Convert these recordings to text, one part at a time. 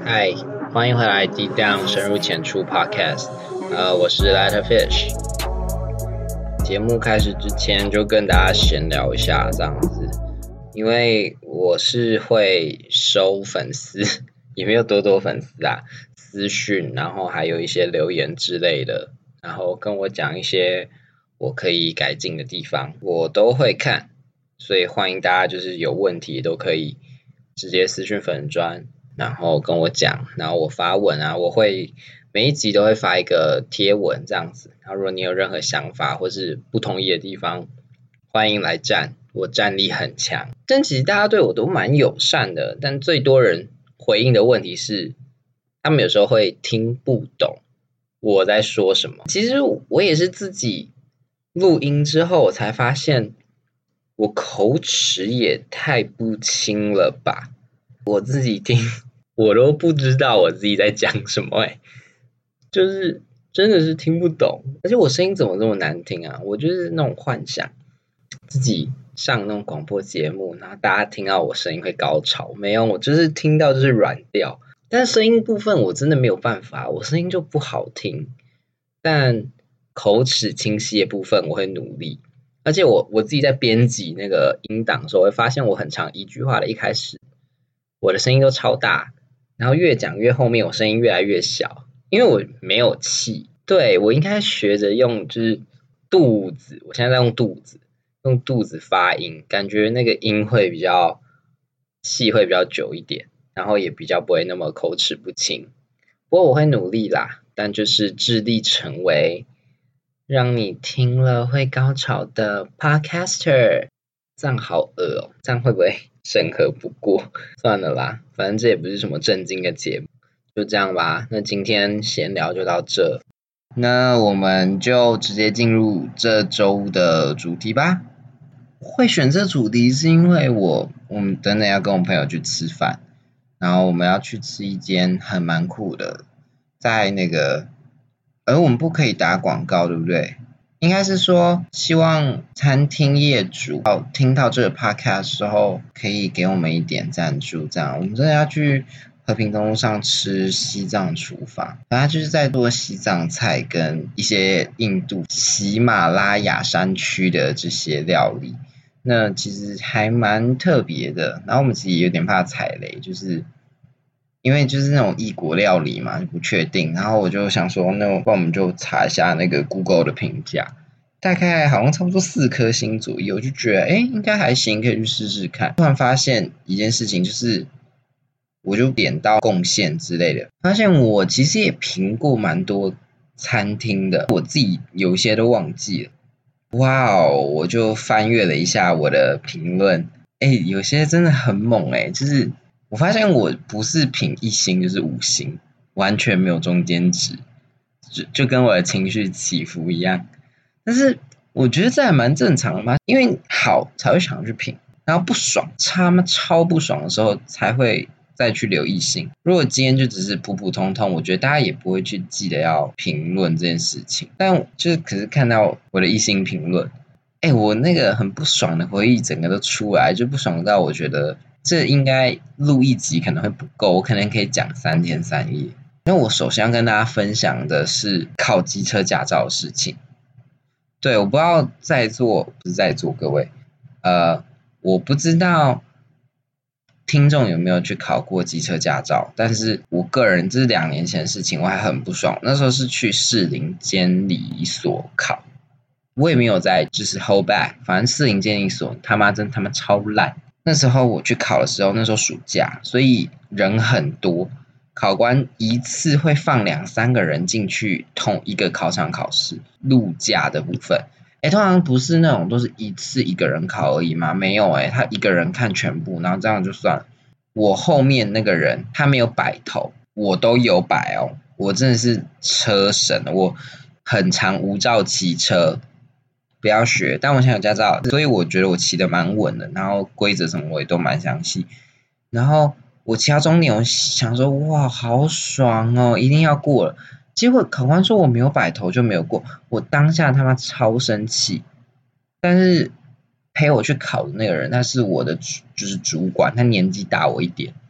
嗨，欢迎回来 Deep Down 深入浅出 Podcast。我是 Lighter Fish。节目开始之前就跟大家闲聊一下这样子，因为我是会收粉丝，也没有多粉丝啊，私讯，然后还有一些留言之类的，然后跟我讲一些我可以改进的地方，我都会看，所以欢迎大家就是有问题都可以直接私讯粉专。然后跟我讲，然后我发文啊，我会每一集都会发一个贴文这样子。然后如果你有任何想法或是不同意的地方，欢迎来战，我战力很强。但其实大家对我都蛮友善的，但最多人回应的问题是，他们有时候会听不懂我在说什么。其实我也是自己录音之后，我才发现我口齿也太不清了吧。我自己听，我都不知道我自己在讲什么就是真的是听不懂，而且我声音怎么这么难听啊？我就是那种幻想自己上那种广播节目，然后大家听到我声音会高潮，没有，我就是听到就是软调，但是声音部分我真的没有办法，我声音就不好听，但口齿清晰的部分我会努力。而且我自己在编辑那个音档的时候，会发现我很常一句话的一开始我的声音都超大，然后越讲越后面，我声音越来越小，因为我没有气。对，我应该学着用就是肚子，我现在在用肚子发音，感觉那个音会比较气会比较久一点，然后也比较不会那么口齿不清。不过我会努力啦，但就是致力成为让你听了会高潮的 podcaster。这样好恶哦，这样会不会审核不过？算了啦，反正这也不是什么正经的节目，就这样吧。那今天闲聊就到这，那我们就直接进入这周的主题吧。会选这主题是因为我们等等要跟我朋友去吃饭，然后我们要去吃一间很蛮酷的，在那个，而我们不可以打广告，对不对？应该是说，希望餐厅业主听到这个 podcast 的时候，可以给我们一点赞助，这样我们真的要去和平东路上吃西藏厨房，反正就是在做西藏菜跟一些印度喜马拉雅山区的这些料理，那其实还蛮特别的。然后我们其实也有点怕踩雷，就是因为就是那种异国料理嘛，不确定。然后我就想说，那我们就查一下那个 Google 的评价，大概好像差不多4颗星左右，就觉得应该还行，可以去试试看。突然发现一件事情，就是我就点到贡献之类的，发现我其实也评过蛮多餐厅的，我自己有一些都忘记了。哇哦，我就翻阅了一下我的评论，有些真的很猛就是我发现我不是评1星就是5星，完全没有中间值，就跟我的情绪起伏一样。但是我觉得这还蛮正常的嘛，因为好才会想去评，然后不爽，超不爽的时候才会再去留1星。如果今天就只是普普通通，我觉得大家也不会去记得要评论这件事情。但就是可是看到我的1星评论，我那个很不爽的回忆整个都出来，就不爽到我觉得这应该录一集可能会不够，我可能可以讲3天3夜。因为我首先要跟大家分享的是考机车驾照的事情。对，我不知道不是在座各位，我不知道听众有没有去考过机车驾照，但是我个人这是2年前的事情，我还很不爽。那时候是去士林监理所考，我也没有在就是 hold back， 反正士林监理所他妈超烂。那时候我去考的时候，那时候暑假，所以人很多，考官一次会放2-3个人进去同一个考场考试，路驾的部分。通常不是那种都是一次一个人考而已吗？没有他一个人看全部，然后这样就算了。我后面那个人他没有摆头，我都有摆哦，我真的是车神，我很常无照骑车。不要学，但我现在有驾照，所以我觉得我骑得蛮稳的，然后规则什么我也都蛮详细。然后我骑到终点，我想说哇，好爽哦，一定要过了。结果考官说我没有摆头就没有过，我当下他妈超生气。但是陪我去考的那个人，他是我的就是主管，他年纪大我一点，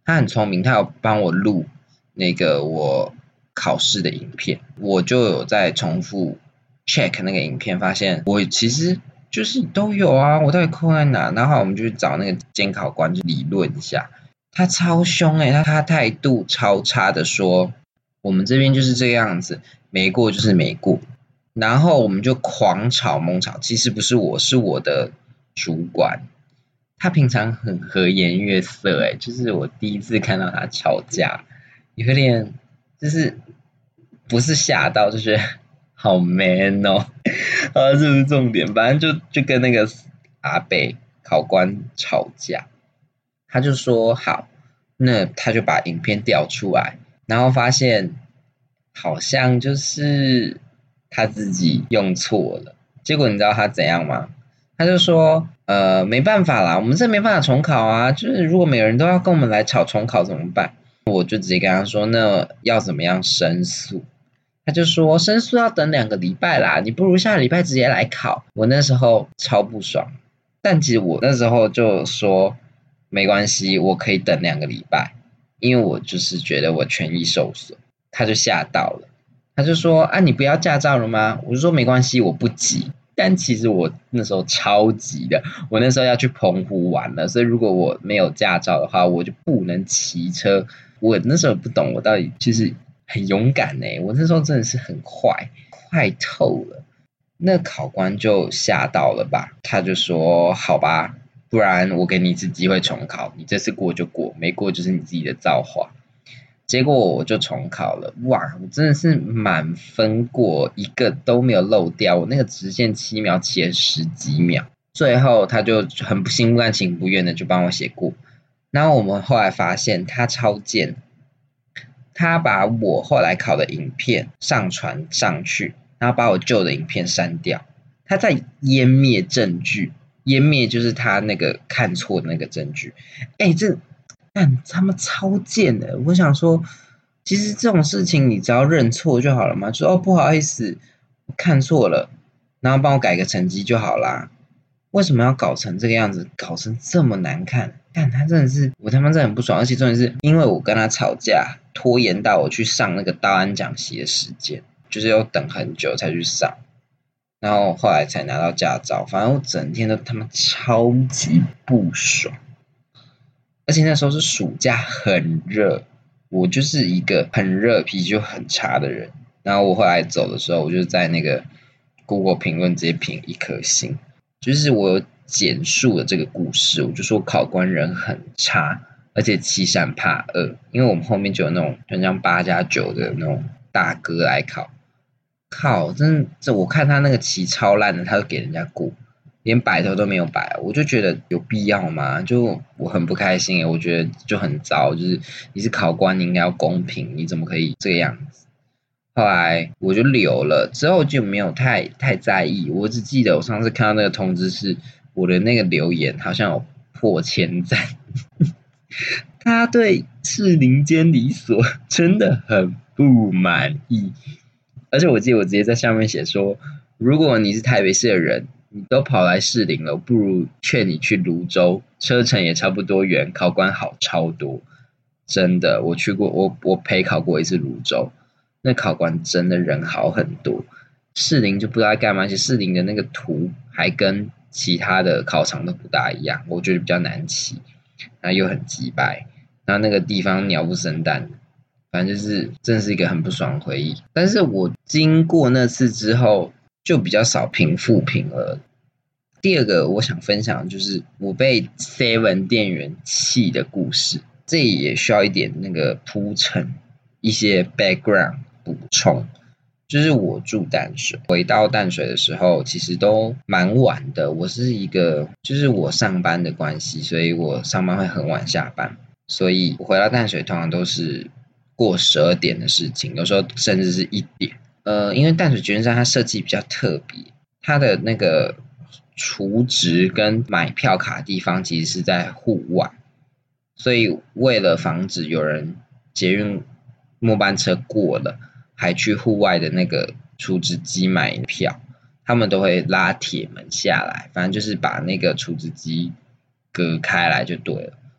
他很聪明，他有帮我录那个我考试的影片，我就有在重复 check 那个影片，发现我其实就是都有啊，我到底扣在哪？然后我们就去找那个监考官就理论一下，他超凶他态度超差的说，我们这边就是这个样子，没过就是没过。然后我们就狂吵猛吵，其实不是我，是我的主管。他平常很和颜悦色，就是我第一次看到他吵架，有点就是不是吓到，就觉得好 man 哦。啊，这不是重点，反正就跟那个阿北考官吵架，他就说好，那他就把影片调出来，然后发现好像就是他自己用错了。结果你知道他怎样吗？他就说，没办法啦，我们这没办法重考啊，就是如果每个人都要跟我们来吵重考怎么办？我就直接跟他说，那要怎么样申诉？他就说申诉要等2个礼拜啦，你不如下礼拜直接来考。我那时候超不爽，但其实我那时候就说没关系，我可以等2个礼拜，因为我就是觉得我权益受损。他就吓到了，他就说啊，你不要驾照了吗？我就说没关系，我不急。但其实我那时候超急的，我那时候要去澎湖玩了，所以如果我没有驾照的话，我就不能骑车。我那时候不懂，我到底就是很勇敢我那时候真的是很坏，坏透了。那考官就吓到了吧，他就说好吧，不然我给你一次机会重考，你这次过就过，没过就是你自己的造化。结果我就重考了，哇！我真的是满分过，一个都没有漏掉。我那个直线7秒起了10几秒，最后他就很心不甘情不愿的就帮我写过。然后我们后来发现他超贱，他把我后来考的影片上传上去，然后把我旧的影片删掉，他在湮灭证据，湮灭就是他那个看错的那个证据。这他们超贱的！我想说，其实这种事情你只要认错就好了嘛，就说不好意思，我看错了，然后帮我改个成绩就好啦。为什么要搞成这个样子，搞成这么难看？他真的是，我他妈真的很不爽，而且重点是因为我跟他吵架，拖延到我去上那个道安讲习的时间，就是要等很久才去上，然后后来才拿到驾照。反正我整天都他妈超级不爽。而且那时候是暑假，很热，我就是一个很热、脾气就很差的人。然后我后来走的时候，我就在那个 Google 评论直接评1颗星，就是我有简述了这个故事，我就说考官人很差，而且欺善怕恶。因为我们后面就有那种很像8+9的那种大哥来考，真的，我看他那个棋超烂的，他都给人家过。连摆头都没有摆，我就觉得有必要吗？就我很不开心我觉得就很糟，就是你是考官，你应该要公平，你怎么可以这个样子？后来我就留了，之后就没有太在意。我只记得我上次看到那个通知是我的那个留言好像有破1000赞，他对士林监理所真的很不满意，而且我记得我直接在下面写说，如果你是台北市的人，你都跑来士林了，不如劝你去泸州，车程也差不多远，考官好超多。真的，我去过，我陪考过一次泸州，那考官真的人好很多。士林就不知道在干嘛，而且士林的那个图还跟其他的考场都不大一样，我觉得比较难骑，然后又很鸡掰，然后那个地方鸟不生蛋，反正就是真的是一个很不爽的回忆。但是我经过那次之后，就比较少评负评了。第二个我想分享的就是我被 Seven 店员气的故事，这也需要一点那个铺陈，一些 background 补充。就是我住淡水，回到淡水的时候其实都蛮晚的。我是一个，就是我上班的关系，所以我上班会很晚下班，所以我回到淡水通常都是过12点的事情，有时候甚至是1点。因为淡水捷运站它设计比较特别，它的那个储值跟买票卡地方其实是在户外，所以为了防止有人捷运末班车过了还去户外的那个储值机买票，他们都会拉铁门下来，反正就是把那个储值机隔开来就对了。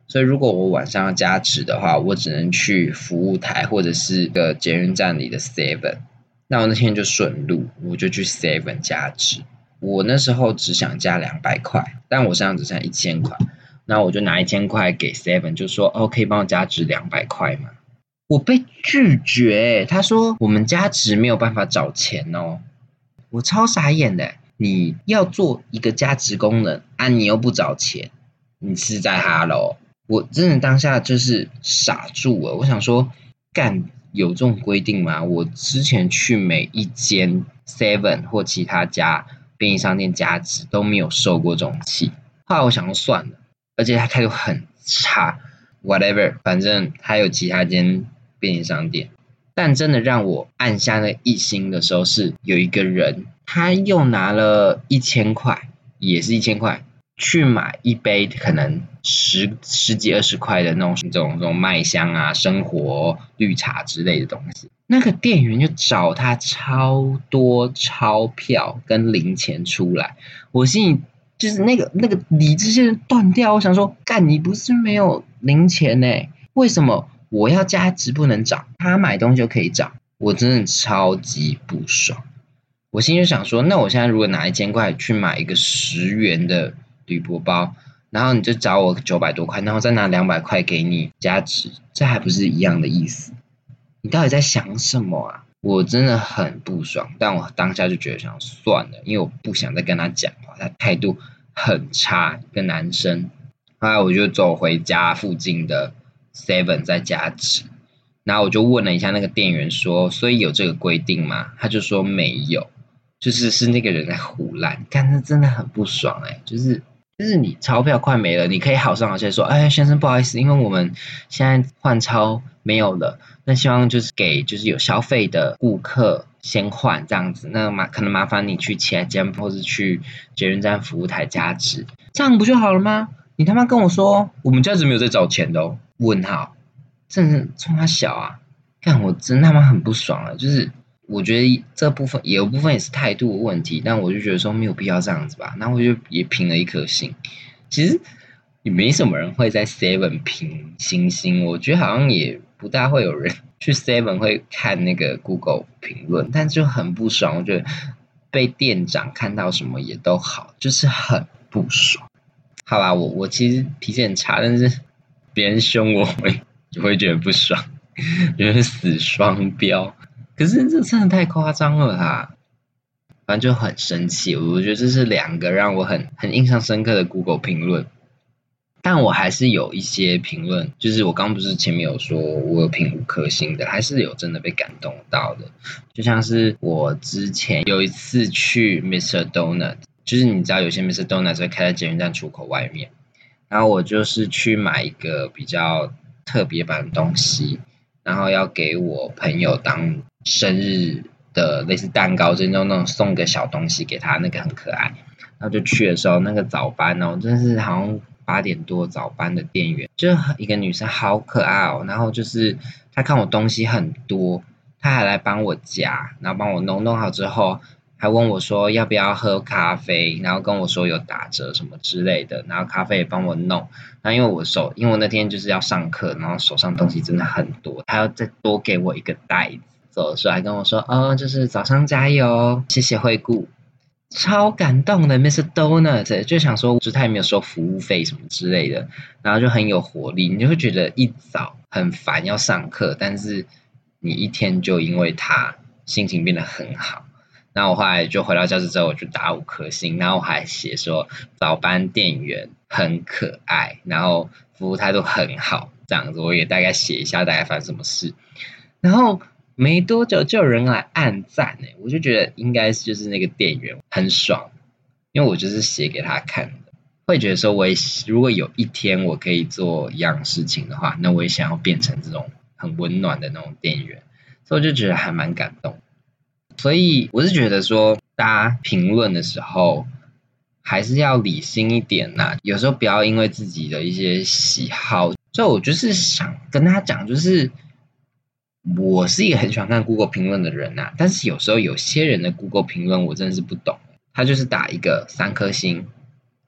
所以如果我晚上要加值的话，我只能去服务台或者是个捷运站里的 Seven。那我那天就顺路，我就去 Seven 加值。我那时候只想加200块，但我身上只剩1000块，那我就拿1000块给 Seven， 就说可以帮我加值200块吗？我被拒绝他说我们加值没有办法找钱哦。我超傻眼的，你要做一个加值功能啊，你又不找钱，你是在哈喽？我真的当下就是傻住了，我想说，干有这种规定吗？我之前去每一间 Seven 或其他家便利商店加值都没有受过这种气。后来我想说算了，而且他态度很差 ，whatever， 反正还有其他间便利商店。但真的让我按下那一星的时候，是有一个人，他又拿了1000块，也是1000块，去买一杯可能十几20块的那种麦香啊、生活绿茶之类的东西。那个店员就找他超多钞票跟零钱出来，我心里就是那个理智线断掉。我想说，干你不是没有零钱欸，为什么我要加值不能涨，他买东西就可以涨？我真的超级不爽。我心里就想说，那我现在如果拿1000块去买一个10元的铝箔包，然后你就找我900多块，然后再拿200块给你加值，这还不是一样的意思？你到底在想什么啊？我真的很不爽，但我当下就觉得想算了，因为我不想再跟他讲话，他态度很差，一个男生。后来我就走回家附近的 Seven 再加值，然后我就问了一下那个店员说，所以有这个规定吗？他就说没有，是那个人在胡乱，干这真的很不爽就是你钞票快没了，你可以好声好气说，先生不好意思，因为我们现在换钞没有了，那希望就是给就是有消费的顾客先换这样子，那可能麻烦你去其他间或是去捷运站服务台加值，这样不就好了吗？你他妈跟我说我们加值没有在找钱的哦？问号，真的冲他小啊！看我真他妈很不爽啊！就是我觉得这部分有部分也是态度的问题，但我就觉得说没有必要这样子吧。然后我就也评了1颗星。其实也没什么人会在 Seven 评星星，我觉得好像也不大会有人去 Seven 会看那个 Google 评论，但就很不爽。我觉得被店长看到什么也都好，就是很不爽。好啦，我其实脾气很差，但是别人凶我就会觉得不爽，觉得死双标。可是这真的太夸张了啦，反正就很生气。我觉得这是2个让我很印象深刻的 Google 评论。但我还是有一些评论，就是我刚不是前面有说我有评5颗星的，还是有真的被感动到的。就像是我之前有一次去 Mr. Donut， 就是你知道有些 Mr. Donut 会开在捷运站出口外面，然后我就是去买一个比较特别版的东西，然后要给我朋友当生日的类似蛋糕，就那种送个小东西给他，那个很可爱。然后就去的时候，那个早班哦，真的是好像8点多早班的店员，就是一个女生，好可爱哦。然后就是她看我东西很多，她还来帮我夹，然后帮我弄好之后，还问我说要不要喝咖啡，然后跟我说有打折什么之类的，然后咖啡也帮我弄。然后因为我那天就是要上课，然后手上东西真的很多，她要再多给我一个袋子。走的时候还跟我说，就是早上加油，谢谢惠顾。超感动的 Mr. Donut， 就想说就是他也没有收服务费什么之类的，然后就很有活力，你就会觉得一早很烦要上课，但是你一天就因为他心情变得很好。然后我后来就回到教室之后，我就打5颗星，然后我还写说早班店员很可爱，然后服务态度很好，这样子我也大概写一下大概发生什么事，然后没多久就有人来按赞我就觉得应该就是那个店员很爽，因为我就是写给他看的，会觉得说我也如果有一天我可以做一样事情的话，那我也想要变成这种很温暖的那种店员，所以我就觉得还蛮感动。所以我是觉得说大家评论的时候还是要理性一点啦，有时候不要因为自己的一些喜好。所以我就是想跟他讲，就是我是一个很喜欢看 Google 评论的人但是有时候有些人的 Google 评论我真的是不懂，他就是打一个3颗星，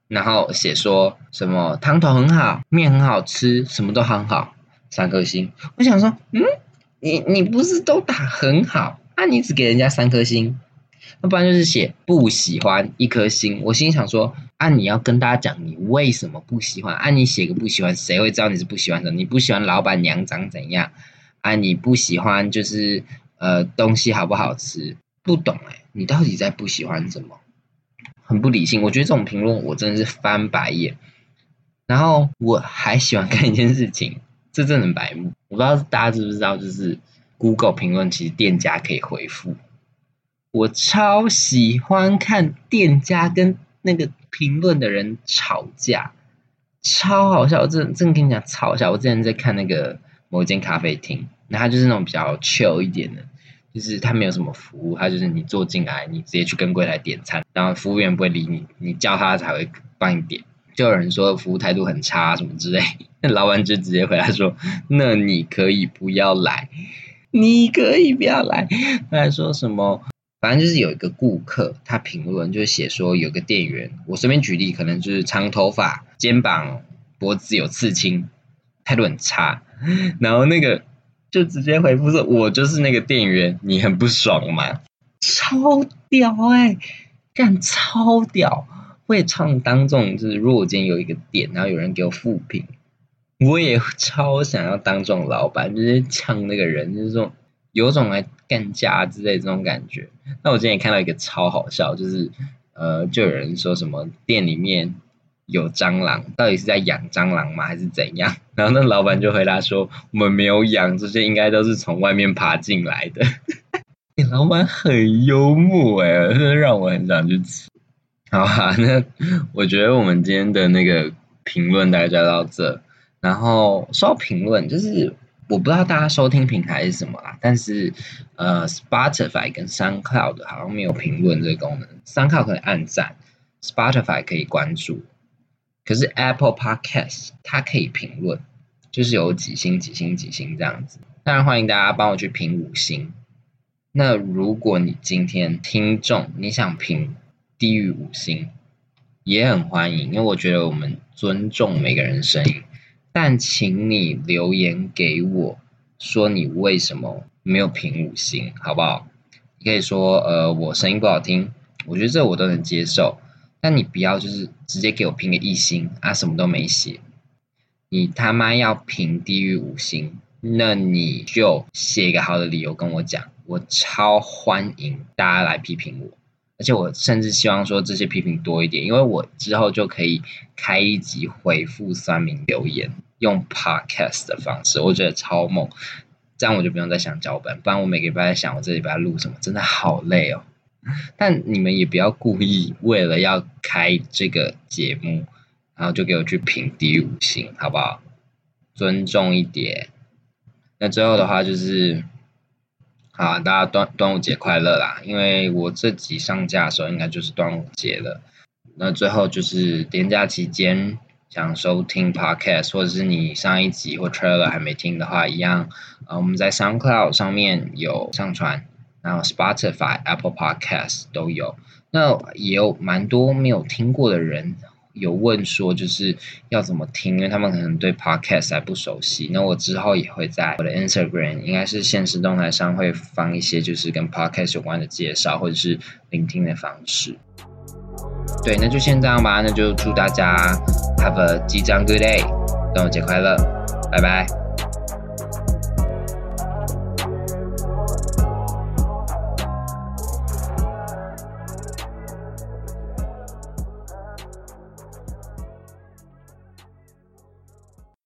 然后写说什么汤头很好，面很好吃，什么都很好，3颗星。我想说，你不是都打很好啊？你只给人家3颗星，那不然就是写不喜欢1颗星。我心想说，你要跟大家讲你为什么不喜欢，你写个不喜欢，谁会知道你是不喜欢的？你不喜欢老板娘长怎样你不喜欢就是东西好不好吃？不懂你到底在不喜欢什么？很不理性。我觉得这种评论我真的是翻白眼。然后我还喜欢看一件事情，这真的很白目。我不知道大家知不知道，就是 Google 评论其实店家可以回复。我超喜欢看店家跟那个评论的人吵架，超好笑。真的跟你讲超好笑。我之前在看那个某一间咖啡厅，那它就是那种比较 chill 一点的，就是它没有什么服务，它就是你坐进来，你直接去跟柜台点餐，然后服务员不会理你，你叫他才会帮你点。就有人说服务态度很差什么之类，那老板就直接回答说：“那你可以不要来，你可以不要来。”他还说什么？反正就是有一个顾客，他评论就写说有个店员，我随便举例，可能就是长头发，肩膀、脖子有刺青，态度很差。然后那个就直接回复说：“我就是那个店员，你很不爽吗？”超屌干超屌！我也超当众，就是如果我今天有一个店，然后有人给我负评，我也超想要当这种老板，就是呛那个人，就是这种有种来干架之类的这种感觉。那我今天也看到一个超好笑，就是就有人说什么店里面有蟑螂，到底是在养蟑螂吗，还是怎样？然后那老板就回答说：“我们没有养，这些应该都是从外面爬进来的。”老板很幽默真的让我很想去吃。好那我觉得我们今天的那个评论大概就到这。然后说到评论，就是我不知道大家收听平台是什么啦，但是Spotify 跟 SoundCloud 好像没有评论这个功能。SoundCloud 可以按赞， Spotify 可以关注，可是 Apple Podcast 它可以评论，就是有几星几星几星这样子。当然欢迎大家帮我去评5星。那如果你今天听众你想评低于5星，也很欢迎，因为我觉得我们尊重每个人的声音，但请你留言给我，说你为什么没有评5星，好不好？你可以说我声音不好听，我觉得这我都能接受，但你不要就是直接给我评个1星什么都没写。你他妈要评低于5星，那你就写一个好的理由跟我讲，我超欢迎大家来批评我。而且我甚至希望说这些批评多一点，因为我之后就可以开一集回复酸民留言，用 podcast 的方式，我觉得超猛。这样我就不用再想脚本，不然我每个礼拜在想我这礼拜录什么，真的好累哦。但你们也不要故意为了要开这个节目，然后就给我去评低于5星，好不好？尊重一点。那最后的话就是大家端午节快乐啦！因为我这集上架的时候应该就是端午节了。那最后就是连假期间想收听 podcast， 或者是你上一集或 trailer 还没听的话，一样我们在 SoundCloud 上面有上传，然后 Spotify、Apple Podcast 都有。那也有蛮多没有听过的人有问说就是要怎么听，因为他们可能对 podcast 还不熟悉。那我之后也会在我的 Instagram 应该是限时动态上会放一些就是跟 podcast 有关的介绍或者是聆听的方式。对，那就先这样吧。那就祝大家 have a 吉祥 good day， 端午节快乐，拜拜。